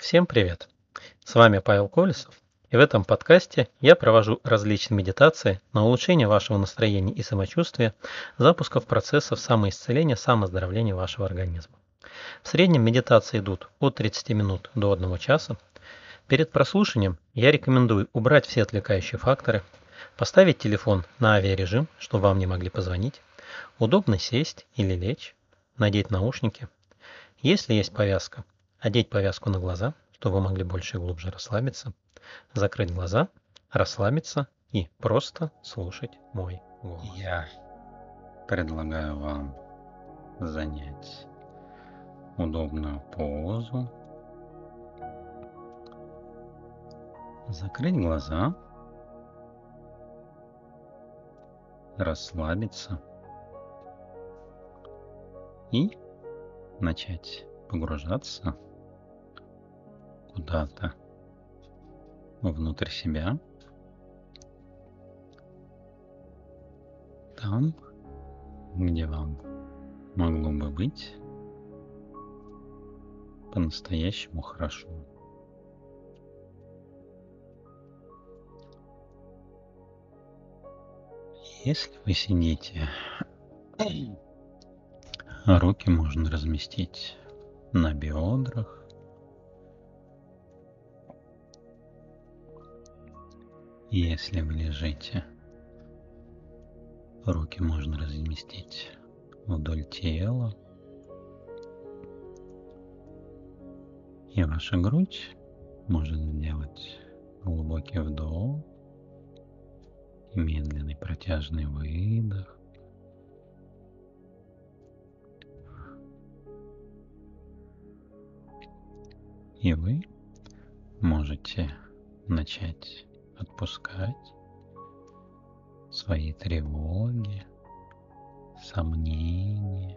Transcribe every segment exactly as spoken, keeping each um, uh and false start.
Всем привет! С вами Павел Колесов, и в этом подкасте я провожу различные медитации на улучшение вашего настроения и самочувствия, запусков процессов самоисцеления, самооздоровления вашего организма. В среднем медитации идут от тридцати минут до одного часа. Перед прослушиванием я рекомендую убрать все отвлекающие факторы, поставить телефон на авиарежим, чтобы вам не могли позвонить, удобно сесть или лечь, надеть наушники. Если есть повязка, одеть повязку на глаза, чтобы вы могли больше и глубже расслабиться, закрыть глаза, расслабиться и просто слушать мой голос. Я предлагаю вам занять удобную позу, закрыть глаза, расслабиться и начать погружаться куда-то внутрь себя, там, где вам могло бы быть по-настоящему хорошо. Если вы сидите, руки можно разместить на бедрах. Если вы лежите, руки можно разместить вдоль тела. И ваша грудь может сделать глубокий вдох и медленный протяжный выдох. И вы можете начать отпускать свои тревоги, сомнения,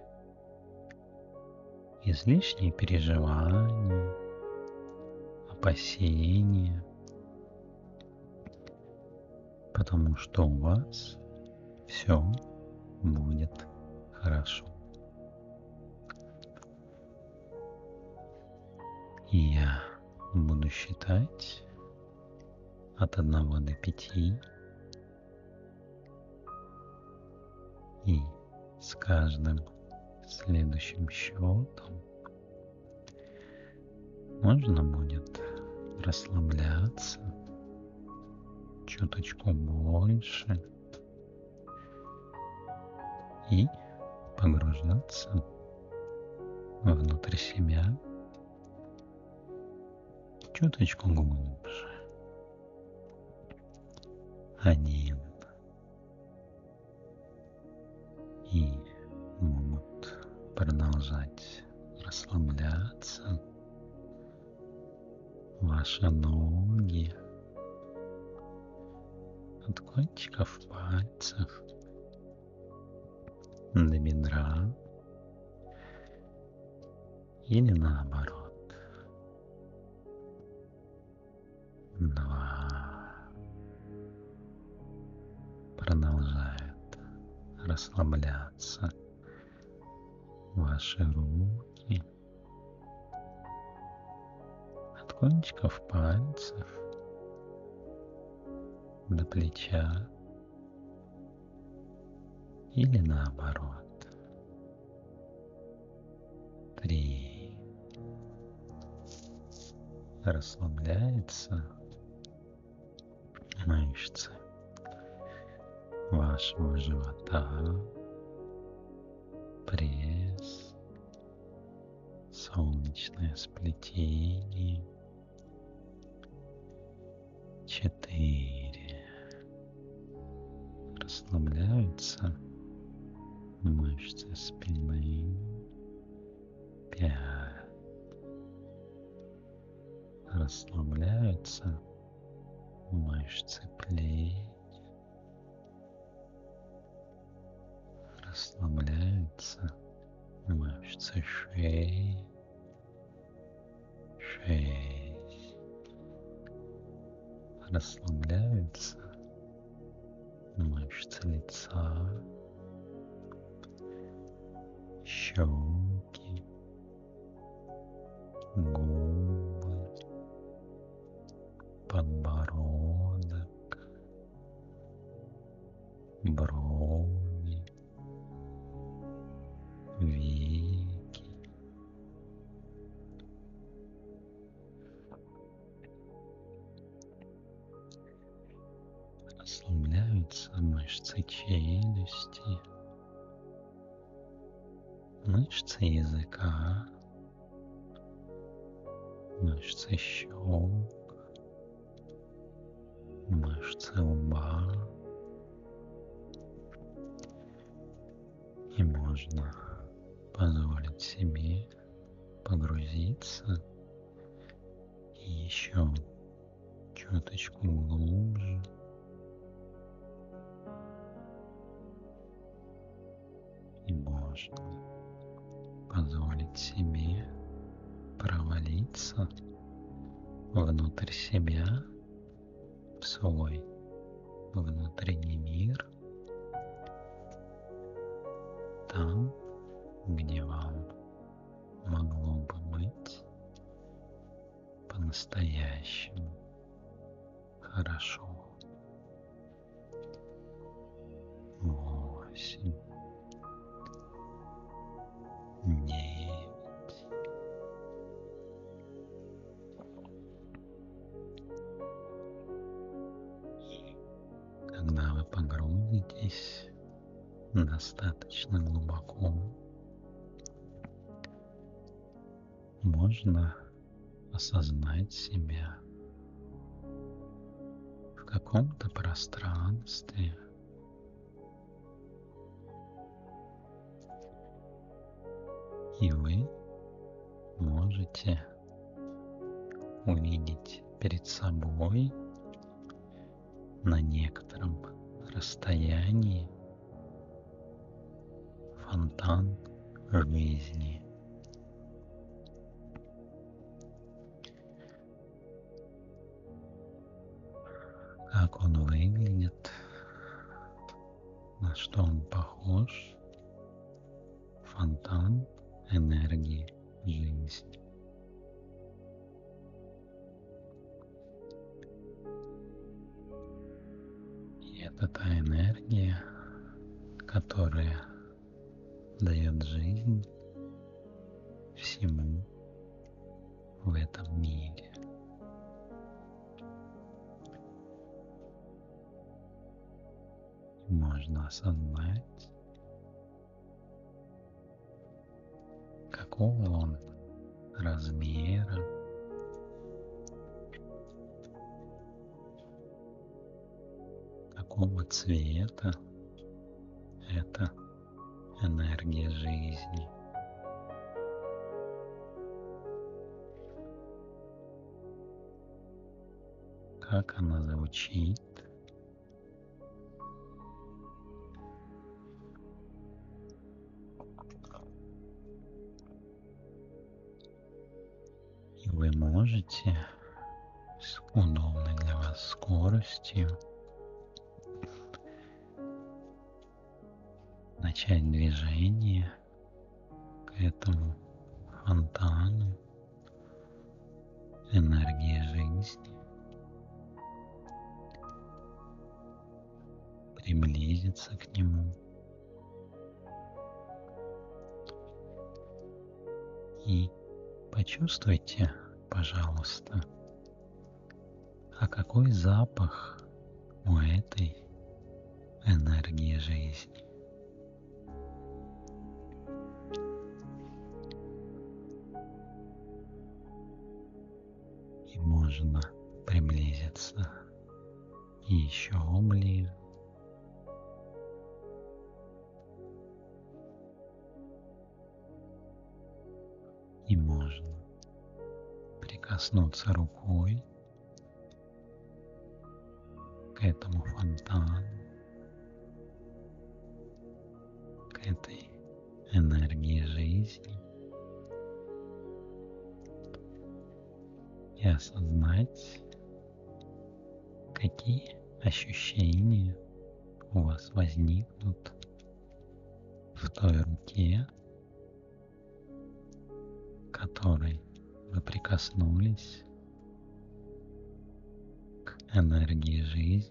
излишние переживания, опасения, потому что у вас все будет хорошо. И я буду считать от одного до пяти. И с каждым следующим счетом можно будет расслабляться чуточку больше и погружаться внутрь себя чуточку глубже. Один. И могут продолжать расслабляться ваши ноги от кончиков пальцев до бедра или наоборот. Два. Продолжают расслабляться ваши руки от кончиков пальцев до плеча или наоборот. Три. Расслабляется мышцы вашего живота, пресс, солнечное сплетение. Четыре. Расслабляются мышцы спины. Пять. Расслабляются мышцы плеч. Расслабляются мышцы шеи. Шесть. Расслабляются мышцы лица. Щеки. Губы. подбородок, брови, веки. Расслабляются мышцы челюсти, мышцы языка, мышцы щек, мышцы лба. И можно позволить себе погрузиться еще чуточку глубже и можно позволить себе провалиться внутрь себя, в свой внутренний мир, там, где вам могло бы быть по-настоящему хорошо. Восемь, девять, когда вы погрузитесь достаточно глубоко, можно осознать себя в каком-то пространстве, и вы можете увидеть перед собой на некотором расстоянии фонтан жизни. Как он выглядит, на что он похож? Фонтан энергии жизни. И это та энергия, которая дает жизнь всему в этом мире. И можно осознать, какого он размера, какого цвета это энергия жизни. Как она звучит. И вы можете с удобной для вас скоростью начать движение к этому фонтану энергии жизни, приблизиться к нему и почувствуйте, пожалуйста, а какой запах у этой энергии жизни. И можно приблизиться еще ближе. И можно прикоснуться рукой к этому фонтану, к этой энергии жизни и осознать, какие ощущения у вас возникнут в той руке, которой вы прикоснулись энергии жизни.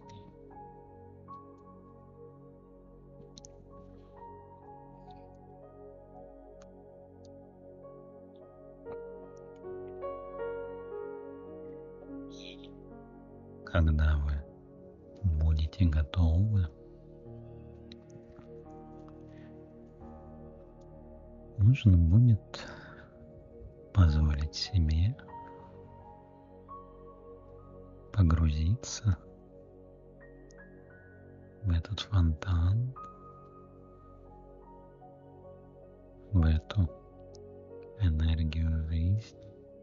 Когда вы будете готовы, нужно будет позволить себе погрузиться в этот фонтан, в эту энергию жизни.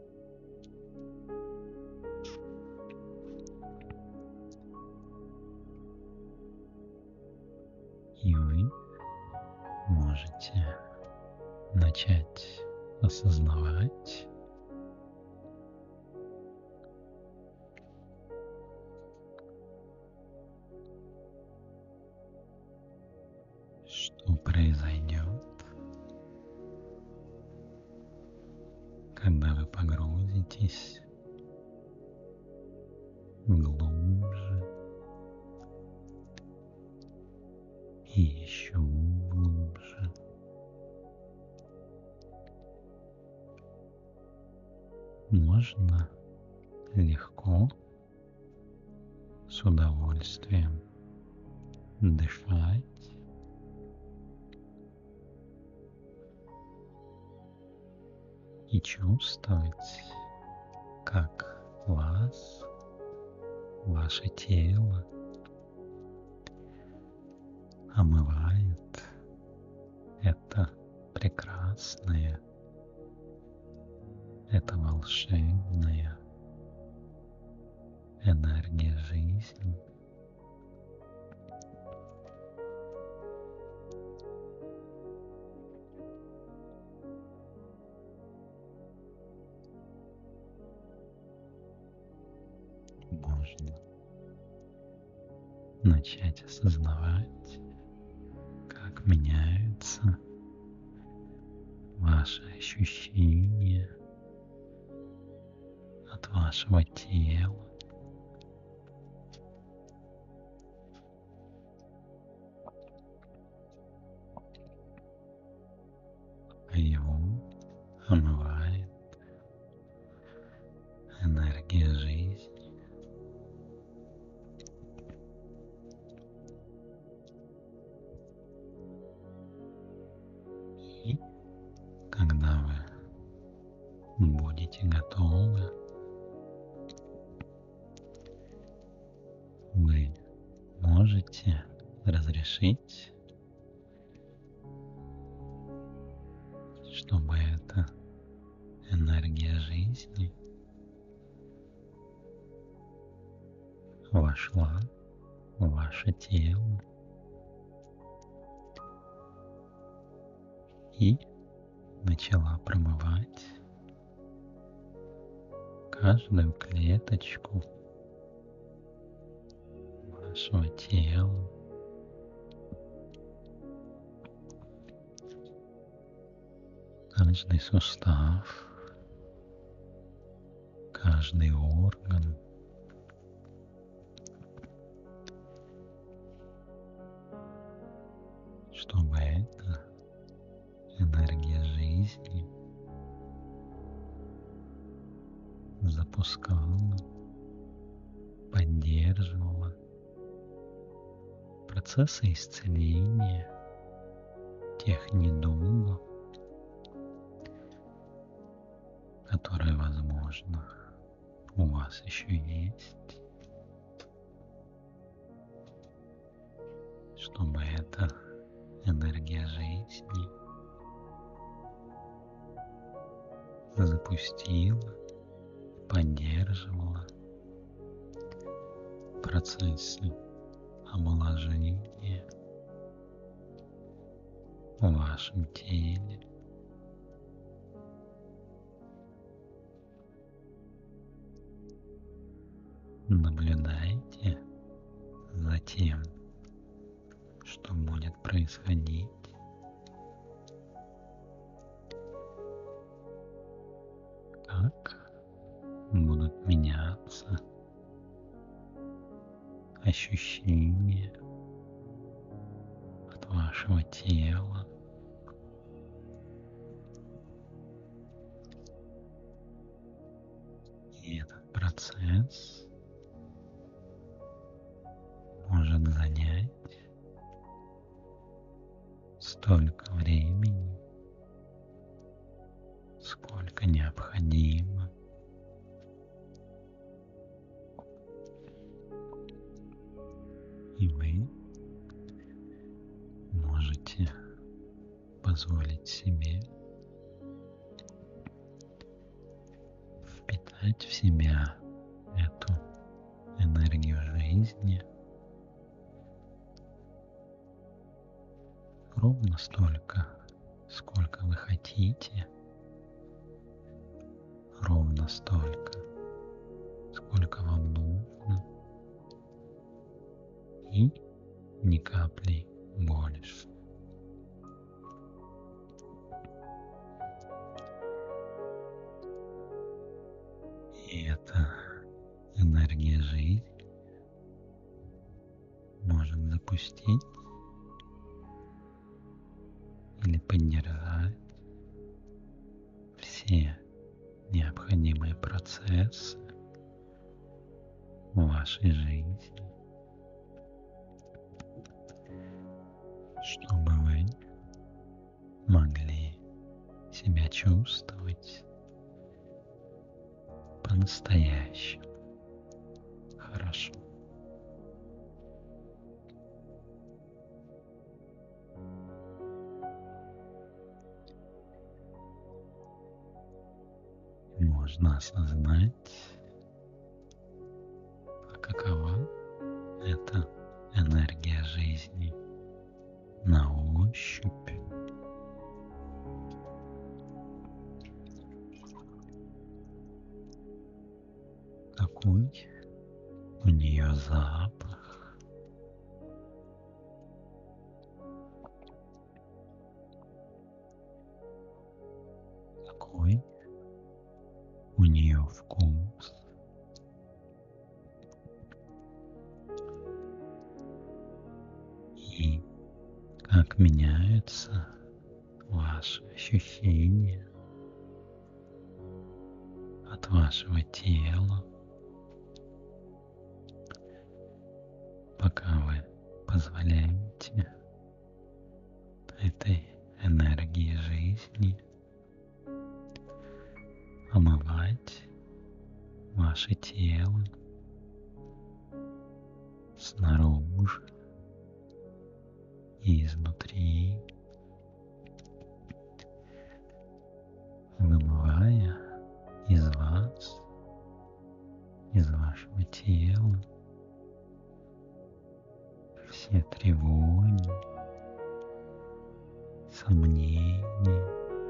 И вы можете начать осознавать, что произойдет, когда вы погрузитесь глубже и еще глубже. Можно легко, с удовольствием дышать и чувствовать, как вас, ваше тело омывает это прекрасное, это волшебная энергия жизни. Можно начать осознавать, как меняются ваши ощущения от вашего тела. Его омывает энергия жизни. И когда вы будете готовы, вы можете разрешить, чтобы эта энергия жизни вошла в ваше тело и начала промывать каждую клеточку вашего тела. Каждый сустав, каждый орган, чтобы эта энергия жизни запускала, поддерживала процессы исцеления тех недугов, которые, возможно, у вас еще есть, чтобы эта энергия жизни запустила, поддерживала процессы омоложения в вашем теле. Наблюдайте за тем, что будет происходить. Как будут меняться ощущения от вашего тела. И этот процесс может занять столько времени, сколько необходимо. И вы можете позволить себе впитать в себя эту энергию жизни ровно столько, сколько вы хотите, ровно столько, сколько вам нужно, и ни капли больше. И эта энергия жизни может запустить или поддержать все необходимые процессы в вашей жизни, чтобы вы могли себя чувствовать по-настоящему хорошо. Можно осознать, а какова эта энергия жизни на ощупь. Какой у нее запах. Какой у нее вкус. И как меняются ваши ощущения от вашего тела, пока вы позволяете этой энергии жизни омывать ваше тело снаружи и изнутри, вымывая из вас, из вашего тела все тревоги, сомнения,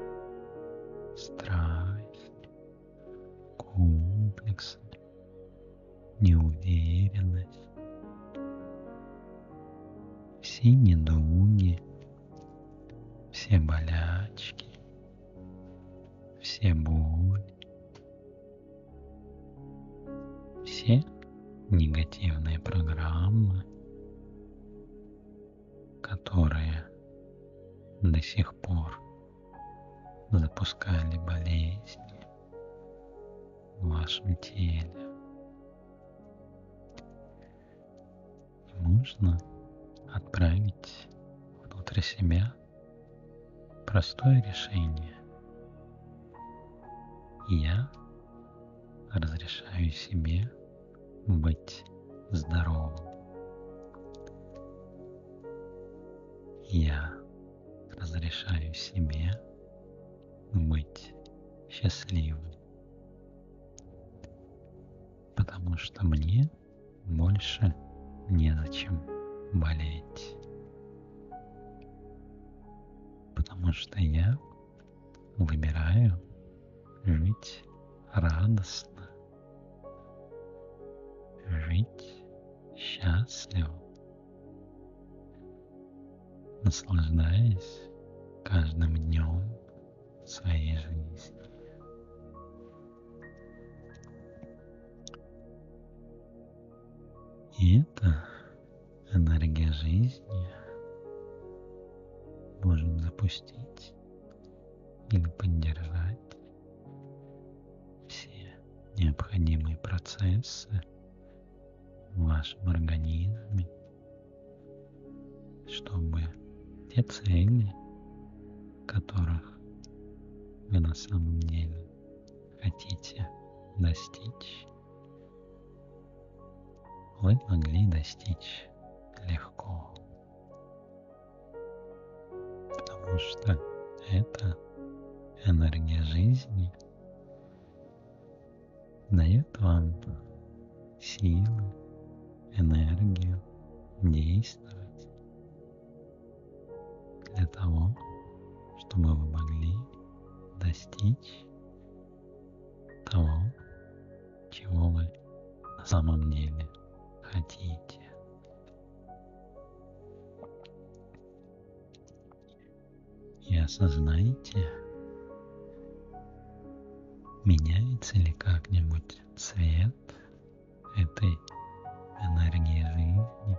страсть, комплексы, неуверенность, все недуги, все болячки, все боли, все негативные программы, которые до сих пор запускали болезни в вашем теле. И можно отправить внутрь себя простое решение. Я разрешаю себе быть здоровым. Я разрешаю себе быть счастливым, потому что мне больше незачем болеть, потому что я выбираю жить радостно, жить счастливо, наслаждаясь каждым днем своей жизни. И это жизни может запустить или поддержать все необходимые процессы в вашем организме, чтобы те цели, которых вы на самом деле хотите достичь, вы могли достичь легко, потому что эта энергия жизни дает вам силы, энергию действовать для того, чтобы вы могли достичь того, чего вы на самом деле хотите. И осознайте, меняется ли как-нибудь цвет этой энергии жизни,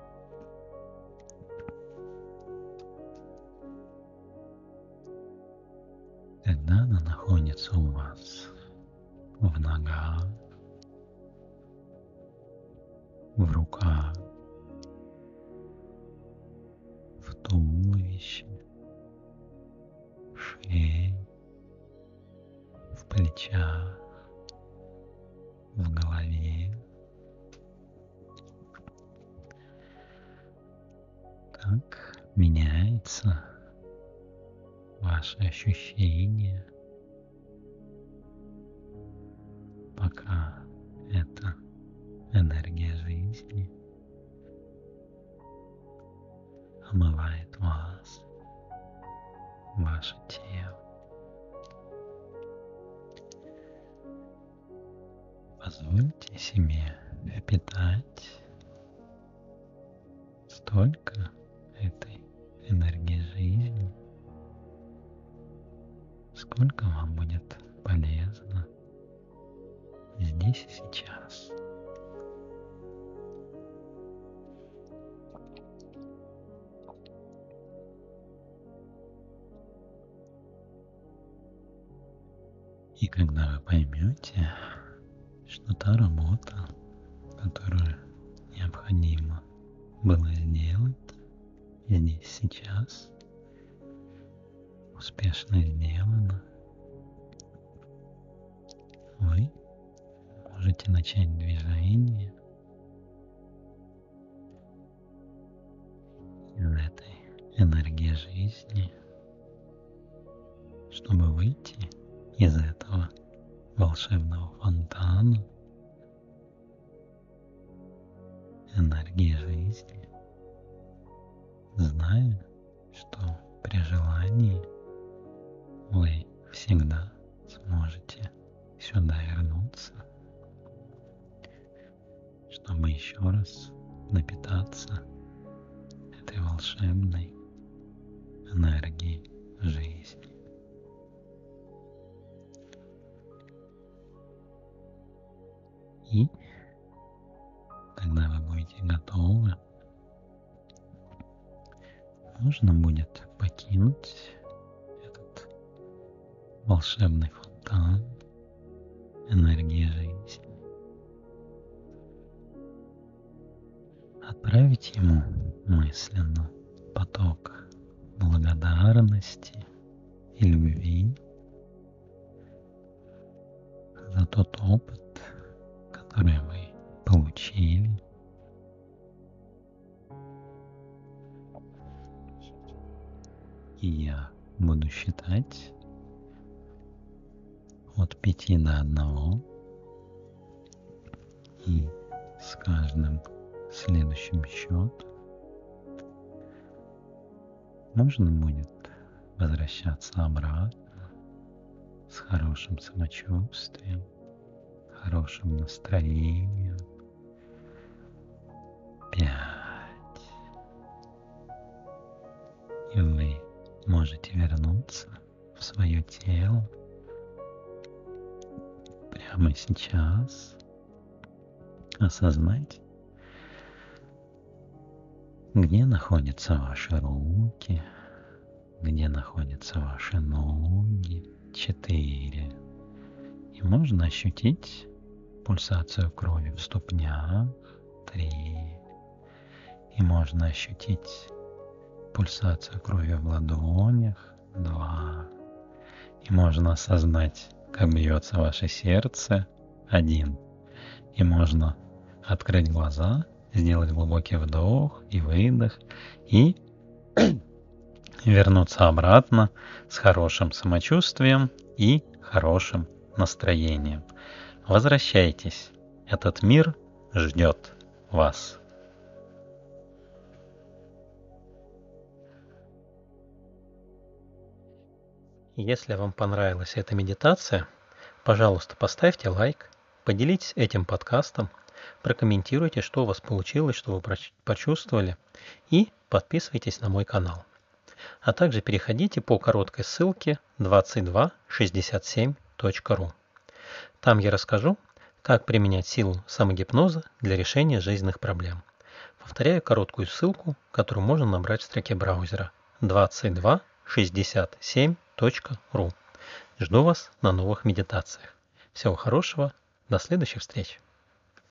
когда она находится у вас в ногах, в руках, в туловище, в шее, в плечах, в голове. Как меняется ваше ощущение, пока эта энергия жизни омывает вас, ваше тело. Позвольте себе впитать столько этой энергии жизни, сколько вам будет полезно здесь и сейчас. И когда вы поймете, что та работа, которую необходимо было сделать здесь сейчас, успешно сделана, вы можете начать движение из этой энергии жизни, чтобы выйти из этого волшебного фонтана энергии жизни, зная, что при желании вы всегда сможете сюда вернуться, чтобы еще раз напитаться этой волшебной энергией жизни. И когда вы будете готовы, можно будет покинуть этот волшебный фонтан энергии жизни, отправить ему мысленно поток благодарности и любви за тот опыт, который вы получили, и я буду считать от пяти до одного, и с каждым следующим счетом можно будет возвращаться обратно с хорошим самочувствием, хорошим настроением. Пять. И вы можете вернуться в свое тело прямо сейчас, осознать, где находятся ваши руки, где находятся ваши ноги. Четыре. И можно ощутить пульсацию крови в ступнях. Три. И можно ощутить пульсацию крови в ладонях. Два. И можно осознать, как бьется ваше сердце. Один. И можно открыть глаза, сделать глубокий вдох и выдох, и вернуться обратно с хорошим самочувствием и хорошим настроением. Возвращайтесь. Этот мир ждет вас. Если вам понравилась эта медитация, пожалуйста, поставьте лайк, поделитесь этим подкастом, прокомментируйте, что у вас получилось, что вы почувствовали, и подписывайтесь на мой канал. А также переходите по короткой ссылке двадцать два шестьдесят семь точка ру. Там я расскажу, как применять силу самогипноза для решения жизненных проблем. Повторяю короткую ссылку, которую можно набрать в строке браузера двадцать два шестьдесят семь точка ру. Жду вас на новых медитациях. Всего хорошего, до следующих встреч!